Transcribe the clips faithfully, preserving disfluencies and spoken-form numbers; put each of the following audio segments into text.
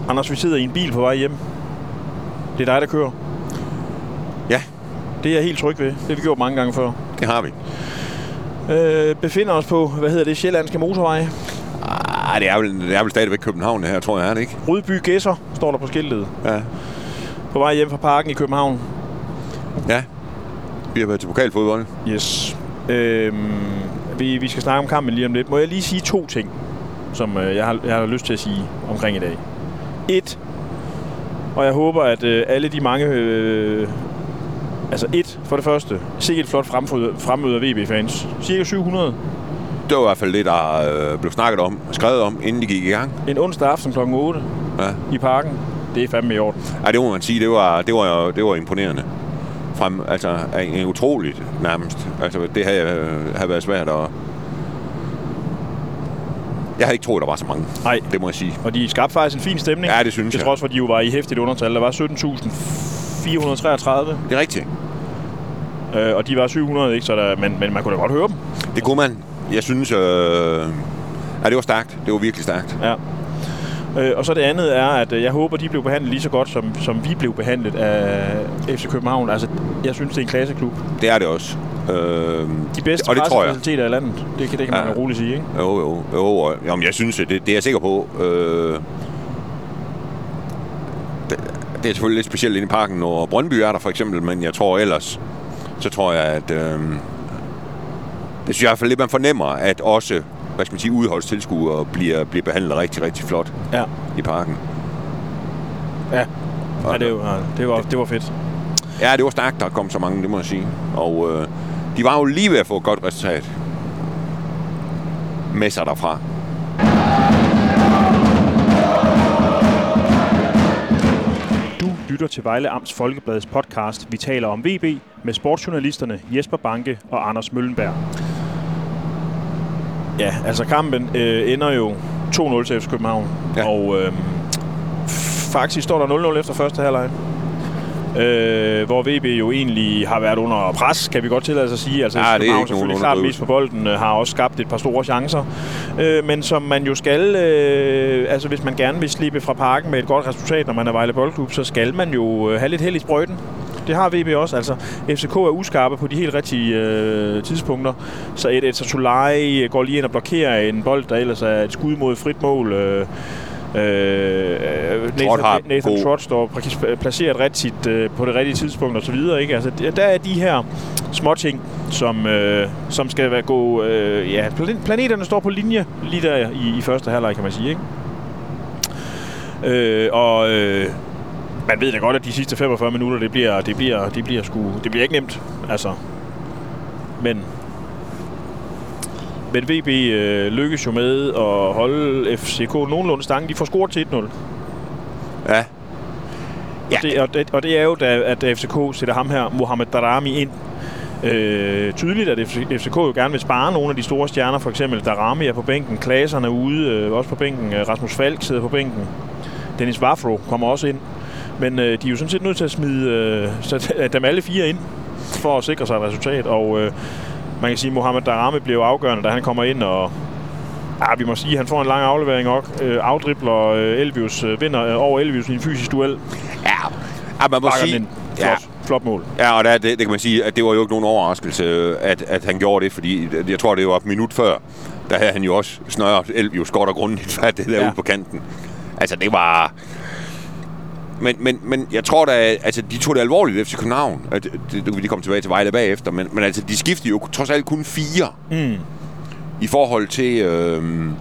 Anders, vi sidder i en bil på vej hjem. Det er dig, der kører. Ja. Det er jeg helt tryg ved. Det har vi gjort mange gange før. Det har vi. Øh, befinder os på, hvad hedder det, Sjællandske Motorvej? Ah, det er vel, det er vel stadigvæk København, det her, tror jeg, er det ikke? Rydby Gæsser, står der på skiltet. Ja. På vej hjem fra parken i København. Ja. Vi har været til pokalfodbold. Yes. Øhm, vi, vi skal snakke om kampen lige om lidt. Må jeg lige sige to ting, som øh, jeg, har, jeg har lyst til at sige omkring i dag. Et. Og jeg håber, at øh, alle de mange... Øh, altså et, for det første. Se et flot fremmøde af V B-fans. Cirka syv hundrede. Det var i hvert fald det, der øh, blev snakket om, skrevet om, inden de gik i gang. En onsdag aften klokken otte ja. I parken. Det er fandme i orden. Ja, det må man sige. Det var, det var, det var imponerende. Frem, altså, utroligt nærmest. Altså, det havde, havde været svært at... Jeg havde ikke troet, der var så mange. Nej. Det må jeg sige. Og de skabte faktisk en fin stemning. Ja, det synes jeg. Til trods for, at de jo var i hæftigt undertal. Der var sytten tusind fire hundrede treogtredive. Det er rigtigt. Øh, og de var syv hundrede, ikke? Så der, men, men man kunne da godt høre dem. Det kunne man. Jeg synes... Øh... Ja, det var stærkt. Det var virkelig stærkt. Ja. Øh, og så det andet er, at jeg håber, de blev behandlet lige så godt, som, som vi blev behandlet af F C København. Altså, jeg synes, det er en klasseklub. Det er det også. Øh, De bedste pressefaciliteter i landet. Det kan, det kan man ja. jo roligt sige, ikke? Jo, jo. jo. Jamen, jeg synes, det, det er jeg sikker på. Øh, det, det er selvfølgelig lidt specielt inde i parken, når Brøndby er der, for eksempel. Men jeg tror ellers, så tror jeg, at... Øh, det synes jeg i hvert fald lidt, man fornemmer, at også... hvad skal man sige, udholdstilskuere bliver, bliver behandlet rigtig, rigtig flot ja. i parken. Ja, ja det, var, det, var, det var fedt. Ja, det var stærkt, der kom så mange, det må jeg sige. Og øh, de var jo lige ved at få et godt resultat med sig derfra. Du lytter til Vejle Amts Folkebladets podcast. Vi taler om V B med sportsjournalisterne Jesper Banke og Anders Møllenberg. Ja, altså kampen øh, ender jo to nul til F C København, ja. og øh, faktisk står der nul nul efter første halvleg, øh, hvor V B jo egentlig har været under pres, kan vi godt tillade sig at sige. Altså, ja, København selvfølgelig klart mest på bolden, øh, har også skabt et par store chancer, øh, men som man jo skal, øh, altså hvis man gerne vil slippe fra parken med et godt resultat, når man er Vejle Boldklub, så skal man jo øh, have lidt held i sprøjten. Det har V B også. Altså, F C K er uskarpe på de helt rigtige øh, tidspunkter. Så et Edson Tolai går lige ind og blokerer en bold, der ellers er et skud mod frit mål. Øh, øh, Nathan, Nathan Trott står placeret rigtigt øh, på det rigtige tidspunkt og så videre. Ikke? Altså, der er de her småting, som, øh, som skal være gå... Øh, ja, planeterne står på linje lige der i, i første halvleg, kan man sige. Ikke? Øh, og... Øh, Man ved da godt, at de sidste femogfyrre minutter, det bliver, det bliver, det bliver sgu, det bliver ikke nemt, altså. Men, men V B øh, lykkes jo med at holde F C K nogenlunde stangen. De får scoret til et nul. Ja. Ja. Og, det, og, det, og det er jo, da, at F C K sætter ham her, Mohamed Daramy, ind. Øh, tydeligt, at F C K jo gerne vil spare nogle af de store stjerner, for eksempel Daramy er på bænken, Klaasen er ude, øh, også på bænken, Rasmus Falk sidder på bænken, Dennis Wafro kommer også ind. Men øh, de er jo sådan set nødt til at smide øh, dem alle fire ind, for at sikre sig et resultat. Og øh, man kan sige, at Mohamed Daramy bliver afgørende, da han kommer ind. Og ja, vi må sige, at han får en lang aflevering og øh, afdribler øh, Elvius, øh, vinder øh, over Elvius i en fysisk duel. Ja, ja man må sige... En flot, ja. flot mål. Ja, og der, det, det kan man sige, at det var jo ikke nogen overraskelse, at, at han gjorde det. Fordi jeg tror, det var et minut før, der havde han jo også snøret Elvius godt og grundigt for det der ja. ude på kanten. Altså, det var... Men, men, men jeg tror da, altså de tog det alvorligt, F C København. Det, det, det kan vi lige komme tilbage til Vejle bagefter, men, men altså de skiftede jo trods alt kun fire mm. i forhold til øh,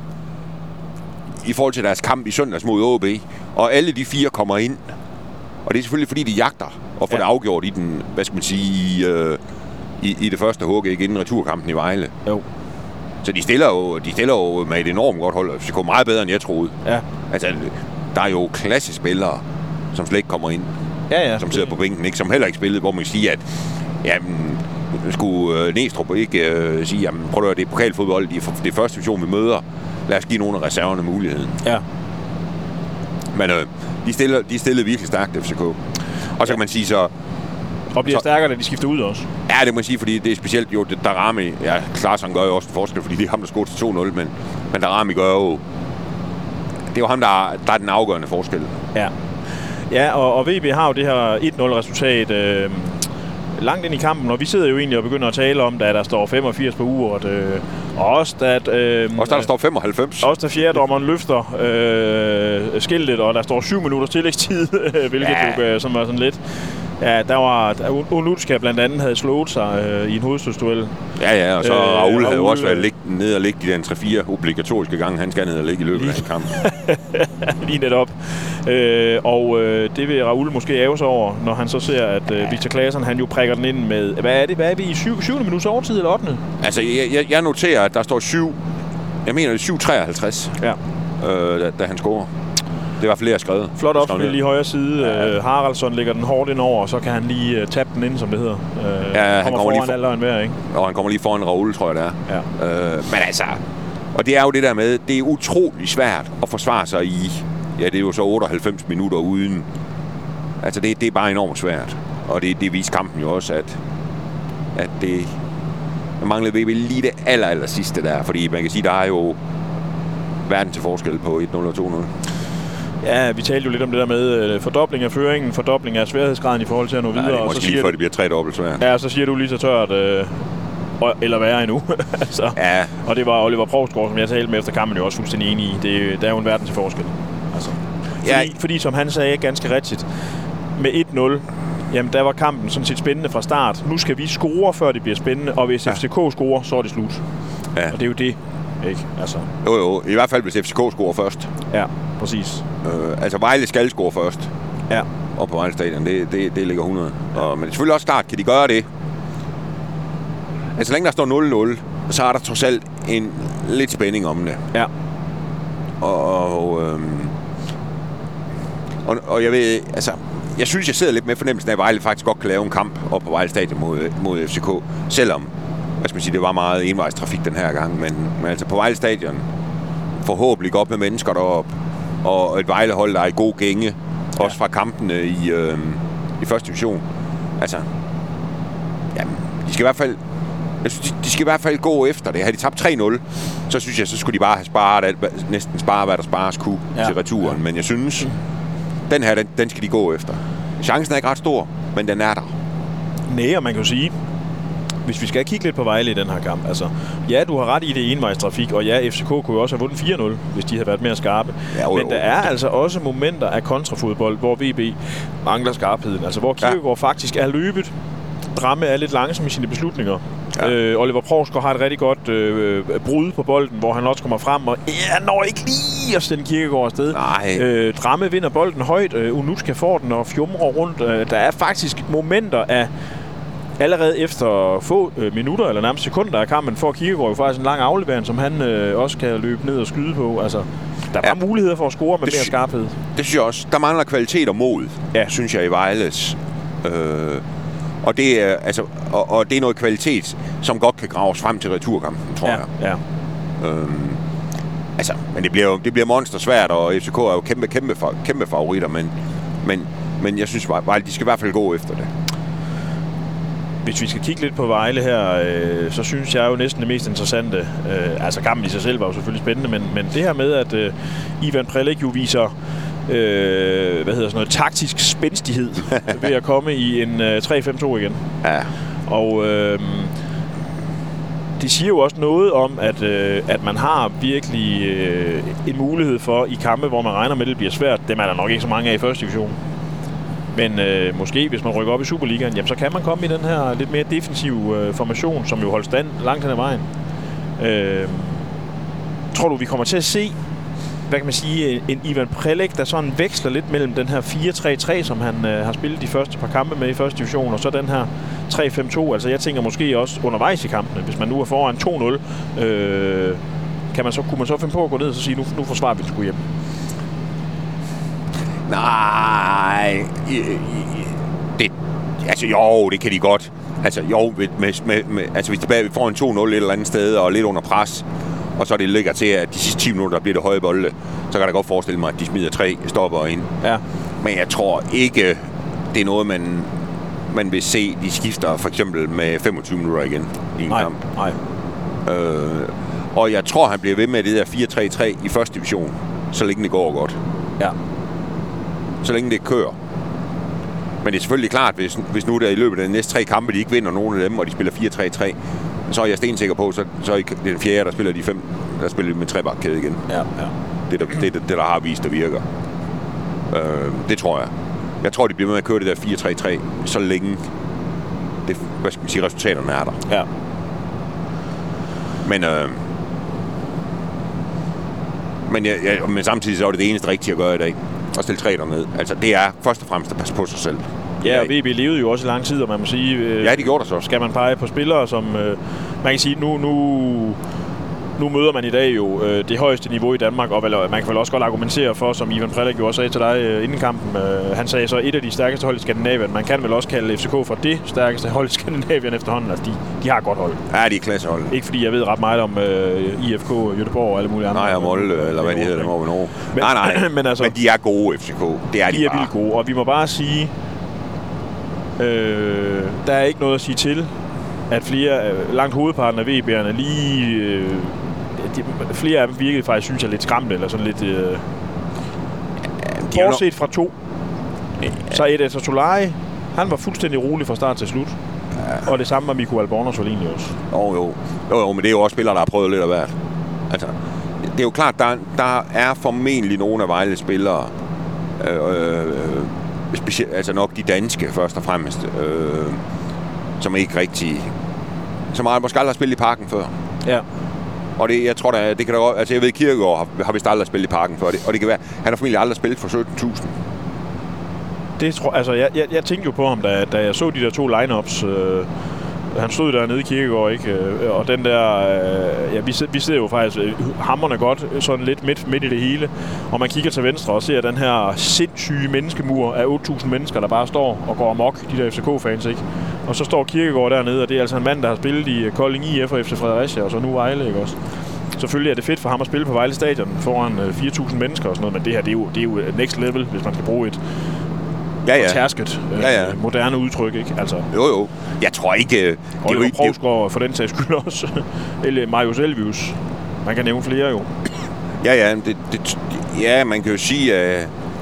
i forhold til deres kamp i søndags mod O B, og alle de fire kommer ind. Og det er selvfølgelig fordi de jagter og får ja. det afgjort i den, hvad skal man sige, i, øh, i, i det første hug, ikke inden returkampen i Vejle. Jo. Så de stiller jo, de stiller jo med et enormt godt hold. F C K meget bedre end jeg troede. Ja. Altså der er jo klassespillere, som slet ikke kommer ind, ja, ja. som sidder på bænken, ikke, som heller ikke spillede, hvor man kan sige, at jamen, skulle øh, Næstrup ikke øh, sige, jamen prøv at høre, det er pokalfodbold, det er det første division, vi møder, lad os give nogle af reserverne muligheden. Ja. Men øh, de, stiller, de stillede virkelig stærkt, F C K. Og så ja. kan man sige så... Og bliver så, stærkere, da de skifter ud også. Ja, det må man sige, fordi det er specielt jo, det Daramy, ja, Klaasen gør jo også en forskel, fordi det er ham, der scorer til to nul, men, men Daramy gør jo det er jo ham, der er, der er den afgørende forskel. Ja, ja og, og V B har jo det her et nul resultat øh, langt ind i kampen, og vi sidder jo egentlig og begynder at tale om, da der står femogfirs på uret. Øh, og også, at, øh, også der, der står femoghalvfems. Også da fjerdommeren løfter øh, skiltet, og der står syv minutters tillægstid, hvilket ja. jo, som var sådan lidt... Ja, der var... Onutska blandt andet havde slået sig øh, i en hovedstødsduel. Ja, ja, og så øh, Raul havde Raul, også været lig, nede og ligge de der tre fire obligatoriske gange. Han skal ned og ligge i løbet af en kamp. Lige netop. Øh, og øh, det vil Raul måske æve sig over, når han så ser, at øh, Victor Claesson, han jo prikker den ind med... Hvad er det? Hvad er vi i? syv, syvende minuts overtid eller ottende? Altså, jeg, jeg, jeg noterer, at der står syv... Jeg mener, det er syv treoghalvtreds, ja. øh, da, da han scorer. Det var flere skrevet. Flot opspil lige højre side. Ja. Haraldsson lægger den hårdt ind over, og så kan han lige uh, tabe den ind, som det hedder. Uh, ja, han kommer, kommer foran alle og enhver, ikke? Og han kommer lige foran Raul, tror jeg det er. Ja. Uh, men altså... Og det er jo det der med, det er utrolig svært at forsvare sig i... Ja, det er jo så otteoghalvfems minutter uden... Altså, det, det er bare enormt svært. Og det, det viser kampen jo også, at... At det... Der manglede V B lige det aller, aller sidste der. Fordi man kan sige, der er jo... verden til forskel på et nul og to nul. Ja, vi talte jo lidt om det der med øh, fordobling af føringen, fordobling af sværhedsgraden i forhold til at nå videre. Nej, det er måske lige før det bliver tre dobbelt svært. Ja, så siger du lige så tørt, øh, eller værre endnu. altså, ja. Og det var Oliver Provsgaard, som jeg talte med efter kampen, jo også fuldstændig enig i. Det, der er jo en verden til forskel. Altså, fordi, ja. fordi, som han sagde ganske rigtigt, med et nul, jamen der var kampen sådan set spændende fra start. Nu skal vi score, før det bliver spændende, og hvis ja. F C K scorer, så er det slut. Ja. Og det er jo det, ikke? Altså. Jo, jo. I hvert fald, hvis F C K scorer først. Ja, præcis. Øh, altså, Vejle skal score først. Ja. Og på Vejle Stadion, det, det, det ligger hundrede. Og, men selvfølgelig også klart, kan de gøre det. Altså, så længe der står nul nul, så er der trods alt en lidt spænding om det. Ja. Og, øhm, og, og jeg ved, altså, jeg synes, jeg sidder lidt med fornemmelsen af, at Vejle faktisk godt kan lave en kamp op på Vejle Stadion mod, mod F C K. Selvom, hvad skal man sige, det var meget envejstrafik den her gang. Men, men altså på Vejle Stadion, forhåbentlig godt med mennesker deroppe, og et Vejlehold, der er i god gænge, ja. Også fra kampene i, øh, i første division. Altså, jamen, de skal i hvert fald, jeg synes, de, de skal i hvert fald gå efter det. Har de tabt tre nul, så synes jeg, så skulle de bare have sparet alt, næsten spare, hvad der spares kunne ja. Til returen. Men jeg synes, den her, den, den skal de gå efter. Chancen er ikke ret stor, men den er der. Nej, og man kan jo sige, hvis vi skal kigge lidt på Vejle i den her kamp, altså, ja, du har ret i det envejstrafik, og ja, F C K kunne jo også have vundet fire nul, hvis de havde været mere skarpe. Ja, jo, jo. Men der er altså også momenter af kontrafodbold, hvor V B mangler skarpheden. Altså, hvor Kirkegaard ja. Faktisk er løbet. Dramme er lidt langsom i sine beslutninger. Ja. Øh, Oliver Provsgaard har et rigtig godt øh, brud på bolden, hvor han også kommer frem, og ja, når ikke lige at sende Kirkegaard afsted. Øh, Dramme vinder bolden højt, øh, Onutska får den og fjumrer rundt. Øh, der er faktisk momenter af allerede efter få øh, minutter eller nærmest sekunder af kampen får Kirkegaard jo faktisk en lang aflevering, som han øh, også kan løbe ned og skyde på. Altså, der er ja. Muligheder for at score med det mere skarphed. Det synes jeg også. Der mangler kvalitet og mod, ja. Synes jeg, i Vejles. Øh, og, det er, altså, og, og det er noget kvalitet, som godt kan graves frem til returkampen, tror ja. jeg. Ja. Øh, altså, men det bliver jo det bliver monstersvært, og F C K er jo kæmpe, kæmpe, kæmpe favoritter, men, men, men jeg synes, at de skal i hvert fald gå efter det. Hvis vi skal kigge lidt på Vejle her, øh, så synes jeg jo næsten det mest interessante. Øh, altså kampen i sig selv var jo selvfølgelig spændende, men, men det her med, at øh, Ivan Prelik jo viser øh, hvad hedder sådan noget, taktisk spændstighed ved at komme i en øh, tre fem to igen. Ja. Og øh, det siger jo også noget om, at, øh, at man har virkelig øh, en mulighed for i kampe, hvor man regner med, at det bliver svært. Dem er der nok ikke så mange af i første division. Men øh, måske, hvis man rykker op i Superligaen, jamen, så kan man komme i den her lidt mere defensive øh, formation, som jo holder stand langt hen ad vejen. Øh, tror du, vi kommer til at se, hvad kan man sige, en Ivan Prelik, der sådan veksler lidt mellem den her fire tre tre, som han øh, har spillet de første par kampe med i første division, og så den her tre fem to. Altså jeg tænker måske også undervejs i kampene, hvis man nu er foran to nul, øh, kan man så, kunne man så finde på at gå ned og så sige, nu, nu forsvarer vi den sgu hjem. Nej, det, altså jo, det kan de godt. Altså jo, med, med, med, altså hvis de bare får en to nul et eller andet sted og lidt under pres, og så det ligger til, at de sidste ti minutter bliver det høje bolde, så kan jeg godt forestille mig, at de smider tre stopper ind. Ja. Men jeg tror ikke, det er noget, man, man vil se, de skifter for eksempel med femogtyve minutter igen i en nej, kamp. Nej. Øh, og jeg tror, han bliver ved med det der fire tre tre i første division. så længe det går godt. Ja. Så længe det kører. Men det er selvfølgelig klart, hvis, hvis nu der i løbet af de næste tre kampe, de ikke vinder nogen af dem, og de spiller fire tre tre, så er jeg stensikker på, så, så er det den fjerde, der spiller de fem, der spiller de med trebakkæde igen. Ja, ja. Det, der, det, det, det, der har vist, der virker. Øh, det tror jeg. Jeg tror, de bliver med at køre det der fire tre tre, så længe det, hvad skal man sige, resultaterne er der. Ja. Men, øh, men, jeg, jeg, men samtidig så er det det eneste rigtige at gøre i dag. At stille tre derned. Altså, det er først og fremmest at passe på sig selv. Ja, og V B levede jo også i lang tid, og man må sige... Øh, ja, de gjorde det så. Skal man pege på spillere, som... Øh, man kan sige, nu... nu Nu møder man i dag jo øh, det højeste niveau i Danmark, og vel, man kan vel også godt argumentere for, som Ivan Prelik jo også sagde til dig øh, inden kampen. Øh, han sagde så et af de stærkeste hold i Skandinavien. Man kan vel også kalde F C K for det stærkeste hold i Skandinavien efterhånden. Altså, de, de har et godt hold. Ja, de er klassehold. Ikke fordi jeg ved ret meget om øh, I F K, Göteborg og alle mulige andre. Nej, og Molde, eller hvad de hedder dem over Norge. Men, nej, nej, men, altså, men de er gode, F C K. Det er de, de er bare. vildt gode, og vi må bare sige, øh, der er ikke noget at sige til, at flere, langt hovedparten af V B'erne lige... Øh, De, flere af dem virkede faktisk, synes jeg, lidt skræmmende, eller sådan lidt... Øh, ja, bortset fra to. Ja. Så Eder Tolari, han var fuldstændig rolig fra start til slut. Ja. Og det samme var Mikko Albornoz vel egentlig også. Jo, jo. Jo, jo, men det er jo også spillere, der har prøvet lidt af hvert. Altså, det er jo klart, der, der er formentlig nogle af Vejles spillere, øh, øh, specielt, altså nok de danske først og fremmest, øh, som ikke rigtig... Som måske aldrig har spillet i Parken før. Ja. Og det, jeg tror da, det kan da godt... Altså, jeg ved, Kirkegaard har, har vist aldrig spillet i Parken før, og det, og det kan være... Han har formentlig aldrig spillet for sytten tusind. Det tror... Altså, jeg, jeg, jeg tænkte jo på ham, da, da jeg så de der to lineups. Øh, han stod dernede i Kirkegaard, ikke? Øh, og den der... Øh, ja, vi, vi sidder jo faktisk øh, hamrende godt, sådan lidt midt, midt i det hele. Og man kigger til venstre og ser den her sindssyge menneskemur af otte tusind mennesker, der bare står og går amok, de der F C K-fans, ikke? Og så står Kirkegaard dernede, og det er altså en mand, der har spillet i Kolding I F og F C Fredericia, og så nu Vejle, ikke også? Selvfølgelig er det fedt for ham at spille på Vejle Stadion foran fire tusind mennesker og sådan noget, men det her, det er jo, det er jo next level, hvis man skal bruge et ja, ja. tærsket, ja, ja. Øh, moderne udtryk, ikke? Altså, jo, jo. Jeg tror ikke... Det og det er jo Provsgaard for den sags skyld også. Eller Marius Elvius. Man kan nævne flere jo. Ja, ja. Det, det, ja, man kan jo sige... Uh,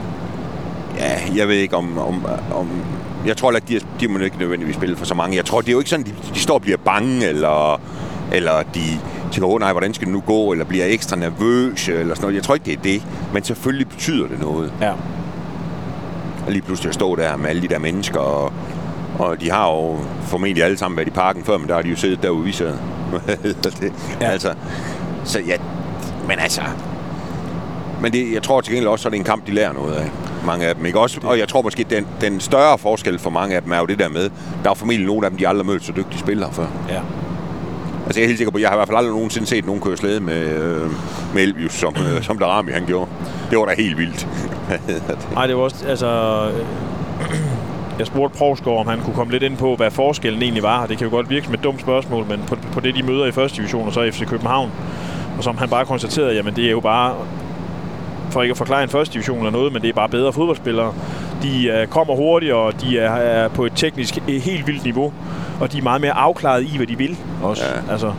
ja, jeg ved ikke om... om, om jeg tror ikke, de, de må ikke nødvendigvis spille for så mange. Jeg tror, det er jo ikke sådan, de, de står og bliver bange, eller, eller de tænker, åh nej, hvordan skal det nu gå, eller bliver ekstra nervøse, eller sådan noget. Jeg tror ikke, det er det. Men selvfølgelig betyder det noget. Ja. Og lige pludselig at stå der med alle de der mennesker, og, og de har jo formentlig alle sammen været i Parken før, men der har de jo siddet derude, vi sad. Ja. Altså, så ja, men altså... Men det, jeg tror til gengæld også, at det er en kamp, de lærer noget af. Mange af dem, ikke også? Og jeg tror måske, den, den større forskel for mange af dem er jo det der med, der er formentlig nogle af dem, de aldrig mødt så dygtige spillere før. Ja. Altså jeg er helt sikker på, jeg har i hvert fald aldrig nogensinde set nogen køre slæde med, øh, med Elvius, som, øh, som Darami han gjorde. Det var da helt vildt. Nej, det var også, altså... Jeg spurgte Provsgaard, om han kunne komme lidt ind på, hvad forskellen egentlig var. Det kan jo godt virke som et dumt spørgsmål, men på, på det, de møder i første division, og så F C København. Og som han bare konstaterede, jamen det er jo bare... For ikke at forklare en første division eller noget, men det er bare bedre fodboldspillere. De øh, kommer hurtigere, og de er, er på et teknisk helt vildt niveau. Og de er meget mere afklaret i, hvad de vil også. Ja. Altså,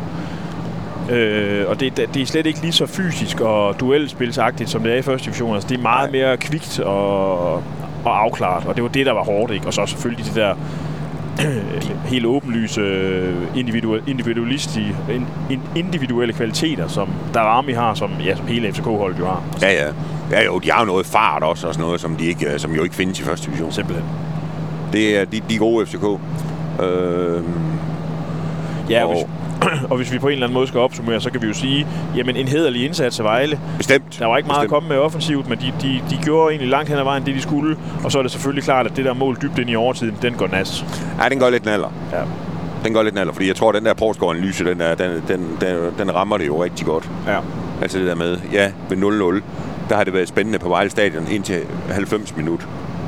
øh, og det, det er slet ikke lige så fysisk og duelspilsagtigt, som det er i første division. Altså, det er meget Nej. mere kvikt og, og afklaret, og det var det, der var hårdt, ikke? Og så selvfølgelig det der helt åbenlyse individuelle, individuelle kvaliteter, som Darami har, som, ja, som hele F C K-holdet jo har. Ja, ja. Ja, jo, de har jo noget fart også, og sådan noget, som, de ikke, som jo ikke findes i første division. Simpelthen. Det er de, de gode F C K. Øh, ja, og, hvis, og hvis vi på en eller anden måde skal opsummere, så kan vi jo sige, jamen en hæderlig indsats af Vejle. Bestemt. Der var ikke meget Bestemt. at komme med offensivt, men de, de, de gjorde egentlig langt hen ad vejen det, de skulle. Og så er det selvfølgelig klart, at det der mål dybt ind i overtiden, den går nas. Ja, den går lidt naller. Ja. Den går lidt naller, fordi jeg tror, at den der Provsgaard-analyse, den, er, den, den, den, den rammer det jo rigtig godt. Ja. Altså det der med, ja, ved nul nul, der har det været spændende på Vejle Stadion indtil halvfems minut.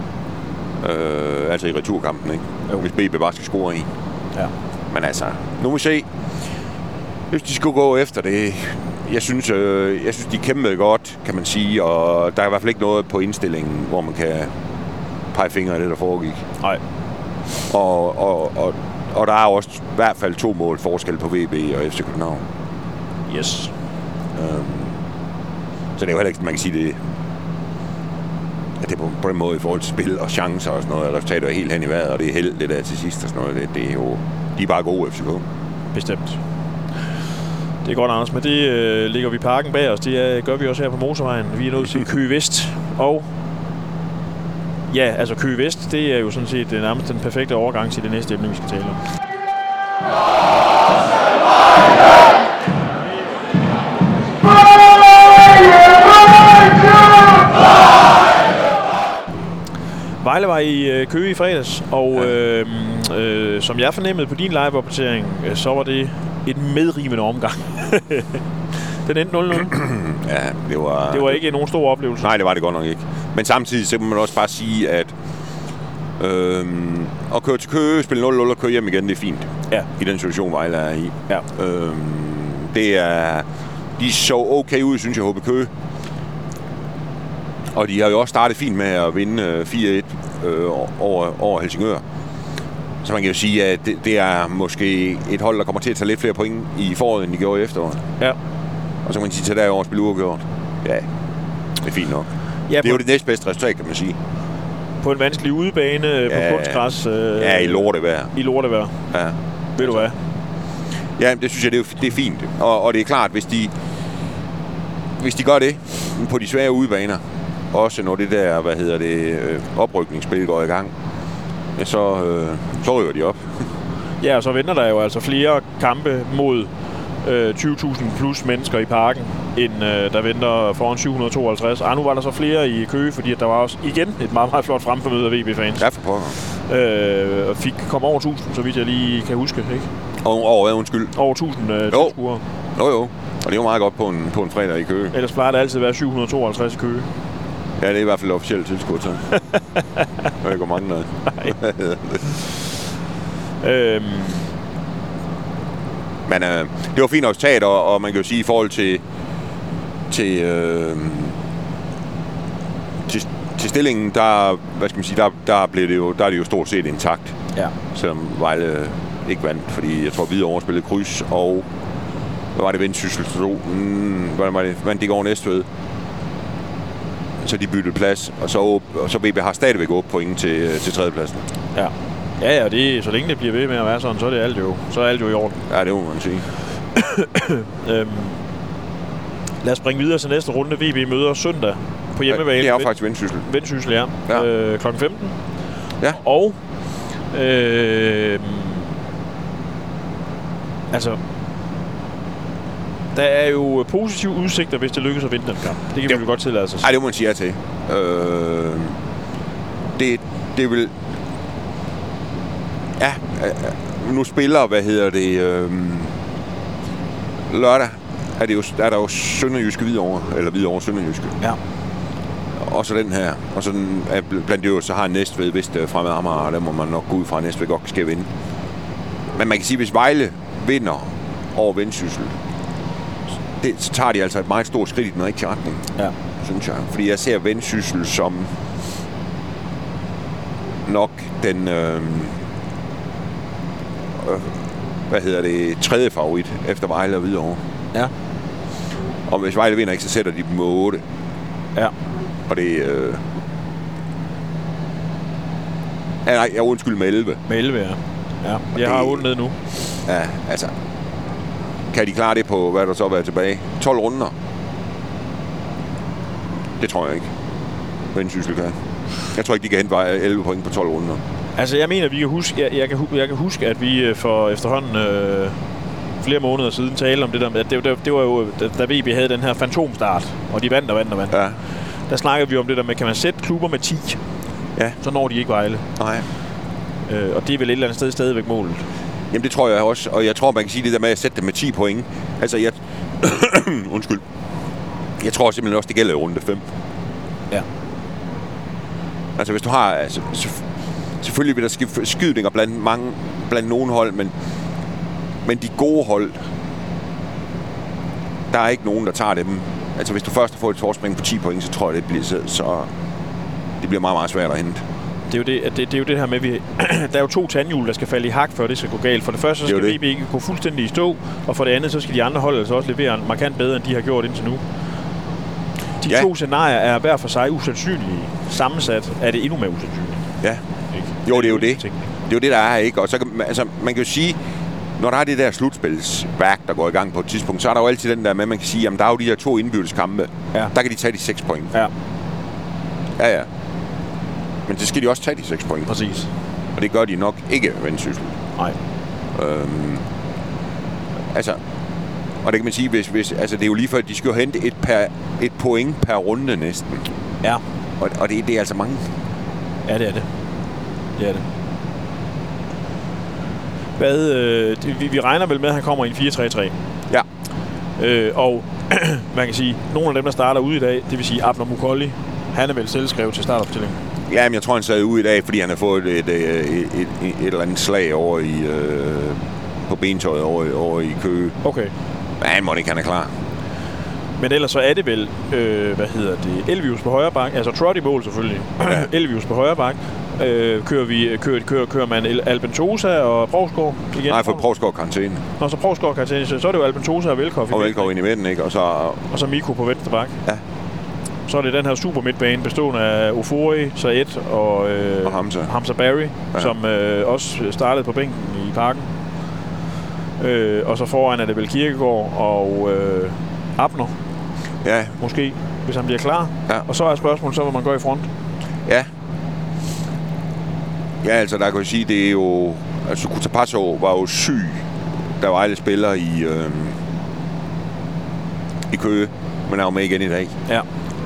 Øh, altså i returkampen, ikke? Jo. Hvis B B bare skal score i. Ja. Men altså, nu må vi se. Hvis de skulle gå efter det, jeg synes, øh, jeg synes de kæmpede godt, kan man sige, og der er i hvert fald ikke noget på indstillingen, hvor man kan pege fingre af det, der foregik. Nej. Og, og, og, og der er også i hvert fald to mål forskel på V B og F C København. Yes. Øhm, Så det er jo heller ikke, man kan sige det, at det er på, på den måde i forhold til spil og chancer og sådan noget, og resultatet er helt hen i vejret, og det er held, det der til sidst og sådan noget. Det, det er jo, de er bare gode, F C K. Bestemt. Det er godt, Anders. Men det øh, ligger vi parken bag os. Det øh, gør vi også her på motorvejen. Vi er nået til Køge Vest. Og ja, altså Køge Vest, det er jo sådan set det nærmest den perfekte overgang til det næste emne, vi skal tale om. Vejle var i øh, Køge i fredags, og øh, øh, som jeg fornemmede på din live-opdatering, øh, så var det et medrivende omgang. Den endte nul nul. Ja, det var... Det var ikke nogen stor oplevelse. Nej, det var det godt nok ikke. Men samtidig så må man også bare sige, at øh, at køre til Køge, spille nul nul og køre hjem igen, det er fint. Ja. I den situation, Vejle er i. Ja. Øh, det er... De så okay ud, synes jeg, H B Køge. Og de har jo også startet fint med at vinde fire et øh, over, over Helsingør. Så man kan jo sige, at det, det er måske et hold, der kommer til at tage lidt flere point i foråret, end de gjorde i efteråret. Ja. Og så kan man sige, at derovre spille uafgjort. Ja, det er fint nok. Ja, det er jo det næstbedste resultat, kan man sige. På en vanskelig udebane, ja, på kunstgræs. Øh, ja, i lortevejr. I lortevejr. Ja. Ved du hvad? Ja, det synes jeg, det er, det er fint. Og, og det er klart, hvis de, hvis de gør det på de svære udebaner, også når det der, hvad hedder det, oprykningsspil går i gang, ja, så, øh, så ryger de op. Ja, og så venter der jo altså flere kampe mod øh, tyve tusind plus mennesker i parken, end øh, der venter foran syv hundrede tooghalvtreds. Ah, nu var der så flere i Køge, fordi at der var også igen et meget, meget flot fremformøde af V B-fans. Ja, for pokker. Øh, og fik kom over tusind, så vidt jeg lige kan huske, ikke? Og over hvad, undskyld? Over tusind øh, tilskuere. Jo, jo. Og det er jo meget godt på en, på en fredag i Køge. Ellers plejer det altid at være syv hundrede tooghalvtreds i Køge. Ja, det er i hvert fald officielt tilskud til. Der er ikke mange noget. øhm. Men øh, det var fint resultat, og, og man kan jo sige i forhold til til, øh, til, til stillingen, der, hvad skal man sige, der, der, blev det jo, der er det jo stort set intakt. Ja. Selvom Vejle ikke vandt, fordi jeg tror, Hvidovre spillede kryds, og hvad var det, Vendsyssel stod? Mm, hvad var det? Vandt de over Næstved. Så de byttede plads, og så, og så V B har stadigvæk otte point til, til tredjepladsen. Ja. Ja, ja, det, så længe det bliver ved med at være sådan, så er det alt jo, så er alt jo i orden. Ja, det må man sige. øhm, lad os springe videre til næste runde. V B møder søndag på hjemmebane. Ja, det er jo faktisk Vendsyssel. Vendsyssel, ja. ja. Øh, klokken femten. Ja. Og øh, altså der er jo positive udsigter, hvis det lykkes at vinde den kamp. Det kan det, vi jo godt tillade os. Nej, det må man sige ja til. Øh, det, det vil... Ja, øh, nu spiller, hvad hedder det... Øh, lørdag er, det jo, er der jo Sønderjyske Hvidovre, eller Hvidovre Sønderjyske. Ja. Og så den her. Og så den, blandt det jo, så har Næstved vist fremad Amager, og der må man nok gå ud fra, at Næstved godt skal vinde. Men man kan sige, hvis Vejle vinder over Vendsyssel, det, så tager de altså et meget stort skridt i den rigtige retning, ja. Synes jeg. Fordi jeg ser Vendsyssel som nok den, øh, øh, hvad hedder det, tredje favorit efter Vejle og Hvidovre. Ja. Og hvis Vejle vinder ikke, så sætter de dem med otte. Ja. Og det øh... ja, nej, jeg undskyld med elleve. Med elleve, ja. Ja, jeg det... har otte ned nu. Ja, altså. Kan de klare det på, hvad der så været tilbage? tolv runder? Det tror jeg ikke. Vendsyssel kan. Jeg tror ikke, de kan hente elleve point på tolv runder. Altså, jeg mener, vi kan huske, jeg, jeg, kan, jeg kan huske, at vi for efterhånden øh, flere måneder siden talte om det der med, at det, det, det var jo, da V B havde den her fantomstart, og de vandt og vandt og vandt. Ja. Der snakkede vi om det der med, kan man sætte klubber med ti, ja. Så når de ikke Vejle. Nej. Øh, og det er vel et eller andet sted stadigvæk målet. Jamen, det tror jeg også, og jeg tror, man kan sige det der med at sætte dem med ti point. Altså, jeg... undskyld. Jeg tror simpelthen også, det gælder i runde fem. Ja. Altså, hvis du har... Altså, selvfølgelig vil der ske skydninger blandt, mange, blandt nogle hold, men, men de gode hold, der er ikke nogen, der tager dem. Altså, hvis du først får et forspring på ti point, så tror jeg, det bliver, så, så det bliver meget, meget svært at hente. Det er jo det, det, det, er jo det her med, at vi, der er jo to tandhjul, der skal falde i hak, før det skal gå galt. For det første, så skal V B ikke gå fuldstændig i stå, og for det andet, så skal de andre hold altså også levere markant bedre, end de har gjort indtil nu. de ja. to scenarier er hver for sig usandsynlige. Sammensat er det endnu mere usandsynligt. Ja. Ikke? Jo, det er jo det. Det er jo det, der er, ikke? Og så kan, altså, man kan jo sige, når der er det der slutspilsværk, der går i gang på et tidspunkt, så er der jo altid den der med, at man kan sige, jamen der er jo de her to indbyrdes kampe. Ja. Der kan de tage de seks point. Ja. Ja, ja. Men det skal de også tage de seks point. Præcis. Og det gør de nok ikke ved Vendsyssel. Nej. Øhm, altså, og det kan man sige, hvis, hvis, altså det er jo lige før, de skal jo hente et, per, et point per runde næsten. Ja. Og, og det, det er altså mange. Ja, det er det. Det er det. Hvad, øh, det, vi, vi regner vel med, at han kommer i en fire tre tre. Ja. Øh, og man kan sige, nogle af dem, der starter ude i dag, det vil sige Abner Mukolli, han er vel selvskrevet til startopstillingen. Ja, men jeg tror, han sad ude i dag, fordi han har fået et, et, et, et, et, et eller andet slag over i, øh, på bentøjet over, over i Køge. Okay. Men han må ikke, han er klar. Men ellers så er det vel, øh, hvad hedder det, Elvius på højre bak, altså Trot i mål selvfølgelig. Ja. Elvius på højre bak. Øh, kører, vi, kører, kører, kører man Albentosa og Provsgaard igen? Nej, for Provsgaard karantæne. Nå, så Provsgaard karantæne, så er det jo Albentosa og Velkov. Og Velkov ind i midten, ikke? Og så, og så Mikko på venstre bak. Ja. Så er det den her super midtbane, bestående af Ofori, Saed og, øh, og Hamza. Hamza Barry, ja. Som øh, også startede på bænken i parken. Øh, og så foran er det vel Kirkegaard og øh, Abner. Ja. Måske, hvis han bliver klar. Ja. Og så er spørgsmålet så, hvor man går i front. Ja. Ja, altså der kan jeg sige, det er jo... Altså Kutapasso var jo syg, der var alle spillere i, øh, i Køge, men er jo med igen i dag. Ja.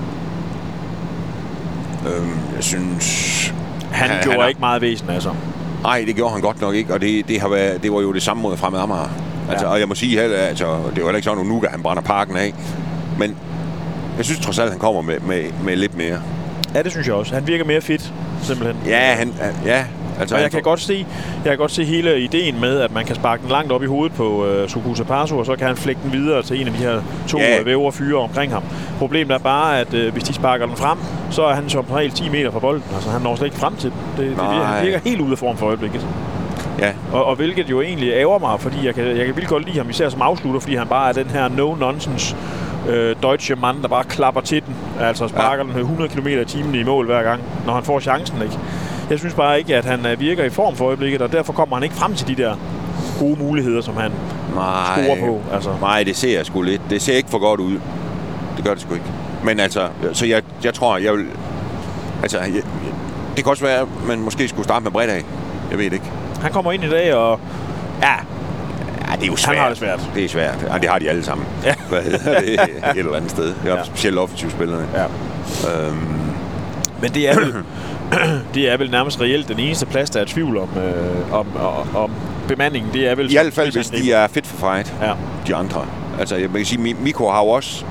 Øhm, jeg synes... Han, han gjorde han er, ikke meget væsen, altså. Nej, det gjorde han godt nok ikke, og det, det, har været, det var jo det samme mod Fremad Amager. Altså, ja. Og jeg må sige, at altså, det var heller ikke sådan, at Nuga, han brænder parken af. Men jeg synes trods alt, han kommer med, med, med lidt mere. Ja, det synes jeg også. Han virker mere fit, simpelthen. Ja, han... Ja, altså, og jeg kan, godt se, jeg kan godt se hele ideen med, at man kan sparke den langt op i hovedet på uh, Sukusa Paso, og så kan han flække den videre til en af de her to ja. vævre fyre omkring ham. Problemet er bare, at uh, hvis de sparker den frem, så er han som regel ti meter fra bolden. Altså, han når slet ikke frem til den. Det, det virker, han virker helt ude af form for øjeblikket. Ja. Og, og hvilket jo egentlig ærger mig, fordi jeg kan, jeg kan vildt godt lide ham, især som afslutter, fordi han bare er den her no-nonsense øh, deutsche mand, der bare klapper til den. Altså sparker ja. den hundrede kilometer i timen i mål hver gang, når han får chancen, ikke? Jeg synes bare ikke, at han virker i form for øjeblikket, og derfor kommer han ikke frem til de der gode muligheder, som han nej, scorer på. Altså. Nej, det ser jeg sgu lidt. Det ser ikke for godt ud. Det gør det sgu ikke. Men altså, så jeg, jeg tror, jeg vil... Altså, jeg, det kan også være, at man måske skulle starte med bredt af. Jeg ved ikke. Han kommer ind i dag, og... Ja, ja det er jo svært. Han har det svært. Det er svært. Ja, det har de alle sammen. Ja. Hvad hedder det? Et eller andet sted. Det er ja. Specielt offensivspillerne. Ja. Øhm. Men det er vel... det er vel nærmest reelt den eneste plads, der er tvivl om, øh, om, om, om bemandingen. Det er vel... I hvert fald, hvis de er fit for fight, ja. de andre. Altså, jeg kan sige, Mikko har jo også...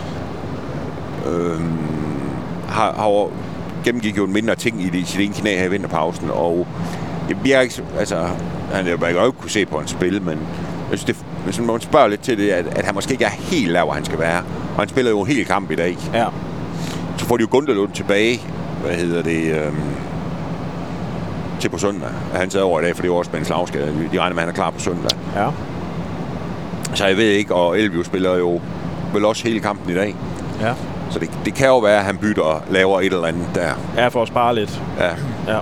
Øh, har, har jo gennemgik jo en mindre ting i det, sit ene knæ her i vinterpausen, og jeg bliver ikke... Altså, han har jo ikke kunne se på hans spil, men jeg synes, det, hvis man spørger lidt til det, at, at han måske ikke er helt der, hvor han skal være. Og han spiller jo en hel kamp i dag. Ja. Så får de jo Gundelund tilbage, hvad hedder det, øhm, til på søndag. Han sad over i dag, for det var også med en slagskade. De regner med, at han er klar på søndag. Ja. Så jeg ved ikke, og Elvius spiller jo vel også hele kampen i dag. Ja. Så det, det kan jo være, at han bytter og laver et eller andet der. Ja, for at spare lidt. Ja. Ja.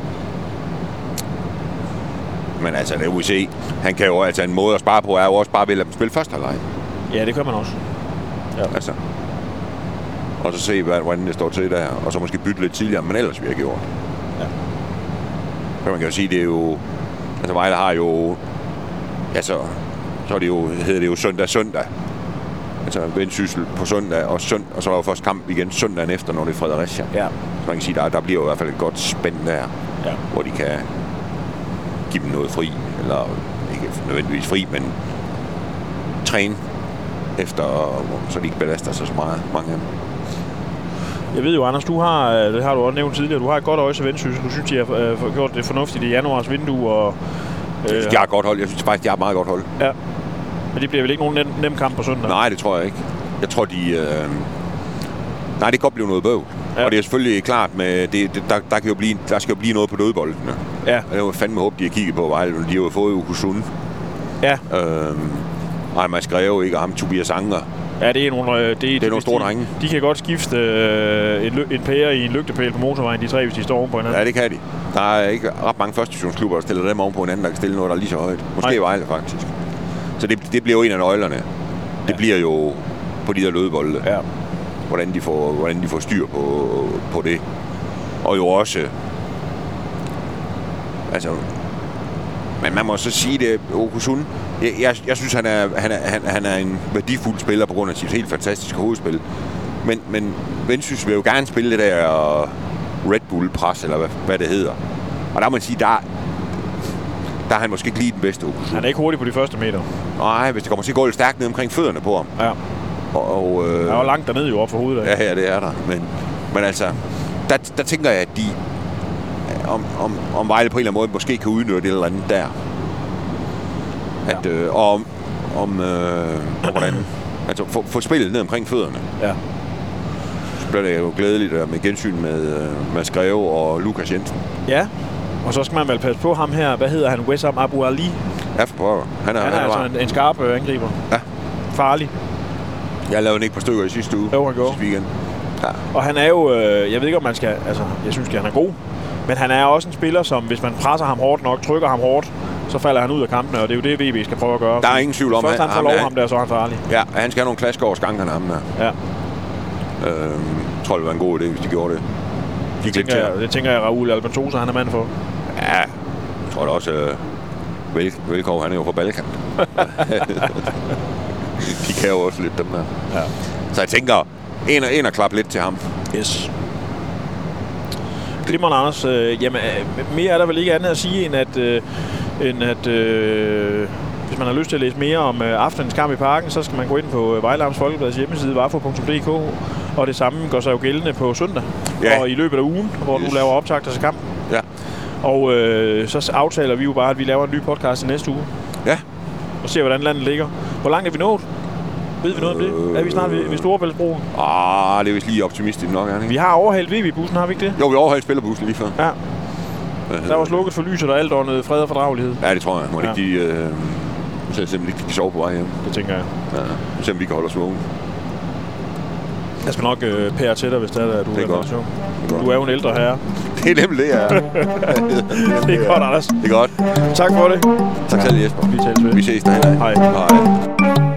Men altså, det vil vi se. Han kan jo, altså en måde at spare på, er jo også bare ved at lade dem spille første halvleg. Ja, det kan man også. Ja. Altså. Og så se, hvordan det står til der. Og så måske bytte lidt tidligere, men ellers vi har gjort. Ja. Så man kan jo sige, det er jo... Altså, Vejle har jo... Altså, så er det jo, hedder det jo søndag søndag. Altså, Vendsyssel på søndag, og, sønd- og så er der jo først kamp igen søndagen efter, når det er Fredericia. Ja. Så man kan sige, der, der bliver jo i hvert fald et godt spænd der, ja. Hvor de kan give dem noget fri. Eller ikke nødvendigvis fri, men træne efter, så de ikke belaster sig så meget, mange af dem. Jeg ved jo, Anders, du har, det har du også nævnt tidligere, du har et godt øje til Vendsyssel. Du synes, de har øh, gjort det fornuftigt i januars vindue. Og, øh, jeg synes, de har et godt hold. Jeg synes faktisk, de har et meget godt hold. Ja. Men det bliver vel ikke nogen nem, nem kamp på søndag? Nej, det tror jeg ikke. Jeg tror, de... Øh... Nej, det kan godt blive noget bøv. Ja. Og det er selvfølgelig klart, med det, det, der, der, kan jo blive, der skal jo blive noget på dødboldene. Ja. Og det var fandme håb, de har kigget på Vejle. De har jo fået Ukusun. Ja. Øh... Ej, man skrev ikke, og ham Tobias Anker. Ja, det er nogle, øh, det, det er nogle store de, drenge. De kan godt skifte øh, en, en pære i en lygtepæl på motorvejen, de tre, hvis de står oven på hinanden. Ja, det kan de. Der er ikke ret mange førstationsklubber, der stiller dem oven på hinanden, der kan stille noget, der er lige så højt. Måske Nej. Vejle, faktisk. Så det, det bliver jo en af nøglerne. Det ja. bliver jo på de der lødbolde. Ja. Hvordan de får, hvordan de får styr på, på det. Og jo også... Altså... Men man må så sige det, Okusun, jeg, jeg, jeg synes, han er, han, er, han, han er en værdifuld spiller på grund af sit helt fantastiske hovedspil. Men, men Vendsyssel vil jo gerne spille det der Red Bull-pres, eller hvad, hvad det hedder. Og der må man sige, der, der er han måske ikke lige den bedste Okusun. Han er ikke hurtig på de første meter. Nej, hvis det kommer til at gå lidt stærkt ned omkring fødderne på ham. Ja. Og, og, øh, der er jo langt dernede jo op for hovedet. Ja, ja, det er der. Men, men altså, der, der tænker jeg, at de... Om, om, om Vejle på en eller anden måde måske kan udnytte et eller andet der. At, ja. øh, og om, om øh, hvordan... Altså, få, få spillet ned omkring fødderne. Ja. Så bliver det jo glædeligt med gensyn med, øh, med Skreve og Lukas Jensen. Ja, og så skal man vel passe på ham her. Hvad hedder han? Wessam Abu Ali? Ja, for pokker. Han er, han er, han er altså en, en skarp øh, angriber. Ja. Farlig. Jeg lavede ikke på stykker i sidste uge. Jo, han går. Sidste weekend. Ja. Og han er jo... Øh, jeg ved ikke, om man skal... Altså, jeg synes, at han er god. Men han er også en spiller, som hvis man presser ham hårdt nok, trykker ham hårdt, så falder han ud af kampene, og det er jo det, V B skal prøve at gøre. Der er ingen tvivl om, først han får lov ham der, så er han farlig. Ja, han skal have nogle klasker over skankerne, ham der. Ja. Øhm, jeg tror, det var en god idé, hvis de gjorde det. De det, tænker jeg, det tænker jeg, Raul Albantosa, han er mand for. Ja, jeg tror da også, uh, Vel, Velkov, han er jo fra Balkan. De kan jo også lidt, dem der. Ja. Så jeg tænker, en og en og klap lidt til ham. Yes. Glimrende, Anders. Øh, jamen, mere er der vel ikke andet at sige, end at, øh, end at øh, hvis man har lyst til at læse mere om øh, aftenens kamp i Parken, så skal man gå ind på øh, Vejle Amts Folkebladets hjemmeside, varfo punktum d k, og det samme gør sig jo gældende på søndag, ja. Og i løbet af ugen, hvor yes. du laver optagter til kampen. Ja. Og øh, så aftaler vi jo bare, at vi laver en ny podcast i næste uge. Ja. Og ser, hvordan landet ligger. Hvor langt er vi nået? Ved vi noget om det? Øh, er vi snart ved, ved Storebæltsbroen? Ah, det er vist lige optimistisk nok, er det ikke? Vi har overhældt V B-bussen, har vi ikke det? Jo, vi overhældt spillerbussen lige før. Ja. Der var slukket for lyset og alt ordnet fred og fordragelighed. Ja, det tror jeg. Må ja. ikke de... Øh, så simpelthen ikke de sove på vej hjem. Det tænker jeg. Ja, så vi kan holde os vågne. Jeg skal nok øh, pære til dig, hvis det er, at du det er, er godt. Du er jo en ældre herre. Det er nemlig det, ja. Det er godt, Anders. Det er godt. Tak for det. Tak selv, Jesper. Vi tales ved. Vi ses der. Hej. Hej.